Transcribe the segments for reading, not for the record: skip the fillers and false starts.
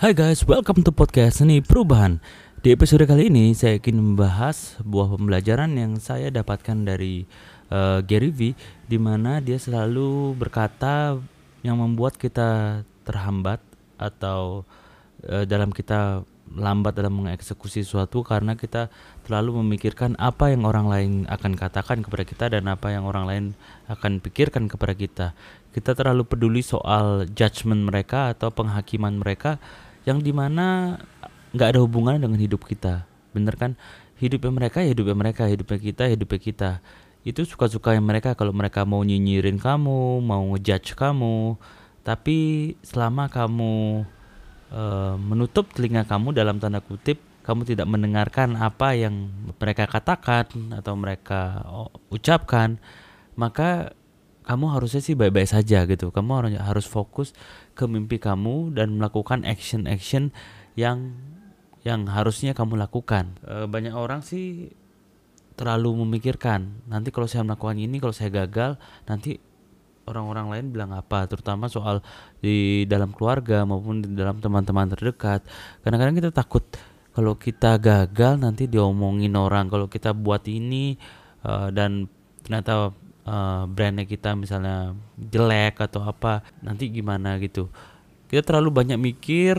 Hai guys, welcome to podcast Seni Perubahan. Di episode kali ini saya ingin membahas sebuah pembelajaran yang saya dapatkan dari Gary V, di mana dia selalu berkata yang membuat kita terhambat atau dalam kita lambat dalam mengeksekusi sesuatu karena kita terlalu memikirkan apa yang orang lain akan katakan kepada kita dan apa yang orang lain akan pikirkan kepada kita. Kita terlalu peduli soal judgement mereka atau penghakiman mereka yang dimana nggak ada hubungannya dengan hidup kita, bener kan? Hidupnya mereka, hidupnya kita. Itu suka-suka yang mereka. Kalau mereka mau nyinyirin kamu, mau ngejudge kamu, tapi selama kamu menutup telinga kamu dalam tanda kutip, kamu tidak mendengarkan apa yang mereka katakan atau mereka ucapkan, maka kamu harusnya sih baik-baik saja gitu. Kamu harus fokus ke mimpi kamu dan melakukan action yang harusnya kamu lakukan. Banyak orang sih terlalu memikirkan, nanti kalau saya melakukan ini, kalau saya gagal, nanti orang-orang lain bilang apa, terutama soal di dalam keluarga maupun di dalam teman-teman terdekat. Kadang-kadang kita takut kalau kita gagal nanti diomongin orang, kalau kita buat ini dan ternyata brandnya kita misalnya jelek atau apa, nanti gimana gitu. Kita terlalu banyak mikir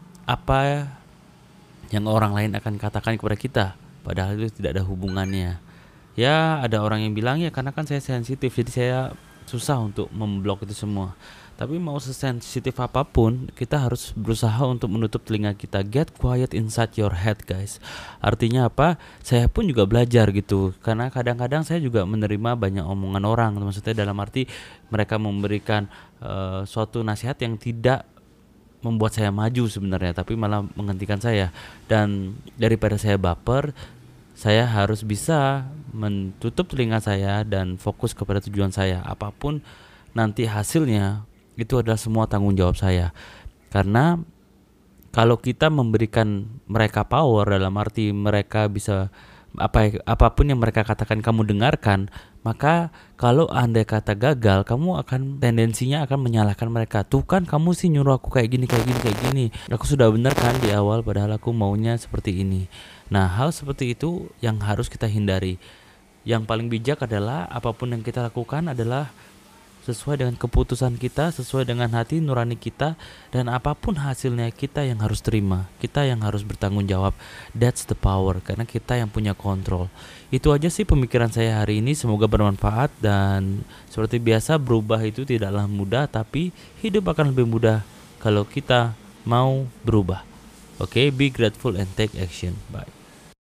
apa yang orang lain akan katakan kepada kita, padahal itu tidak ada hubungannya. Ya ada orang yang bilang ya karena kan saya sensitif jadi saya susah untuk memblok itu semua. Tapi mau sesensitif apapun, kita harus berusaha untuk menutup telinga kita. Get quiet inside your head, guys. Artinya apa? Saya pun juga belajar gitu. Karena kadang-kadang saya juga menerima banyak omongan orang. Maksudnya dalam arti mereka memberikan suatu nasihat yang tidak membuat saya maju sebenarnya, tapi malah menghentikan saya. Dan daripada saya baper, saya harus bisa menutup telinga saya dan fokus kepada tujuan saya. Apapun nanti hasilnya, itu adalah semua tanggung jawab saya. Karena kalau kita memberikan mereka power, dalam arti mereka bisa apapun yang mereka katakan kamu dengarkan, maka kalau andai kata gagal, kamu akan tendensinya akan menyalahkan mereka. Tuh kan kamu sih nyuruh aku kayak gini. Aku sudah benar kan di awal, padahal aku maunya seperti ini. Nah, hal seperti itu yang harus kita hindari. Yang paling bijak adalah apapun yang kita lakukan adalah sesuai dengan keputusan kita, sesuai dengan hati nurani kita, dan apapun hasilnya kita yang harus terima, kita yang harus bertanggung jawab. That's the power, karena kita yang punya kontrol. Itu aja sih pemikiran saya hari ini, semoga bermanfaat. Dan seperti biasa, berubah itu tidaklah mudah, tapi hidup akan lebih mudah kalau kita mau berubah. Oke, be grateful and take action. Bye.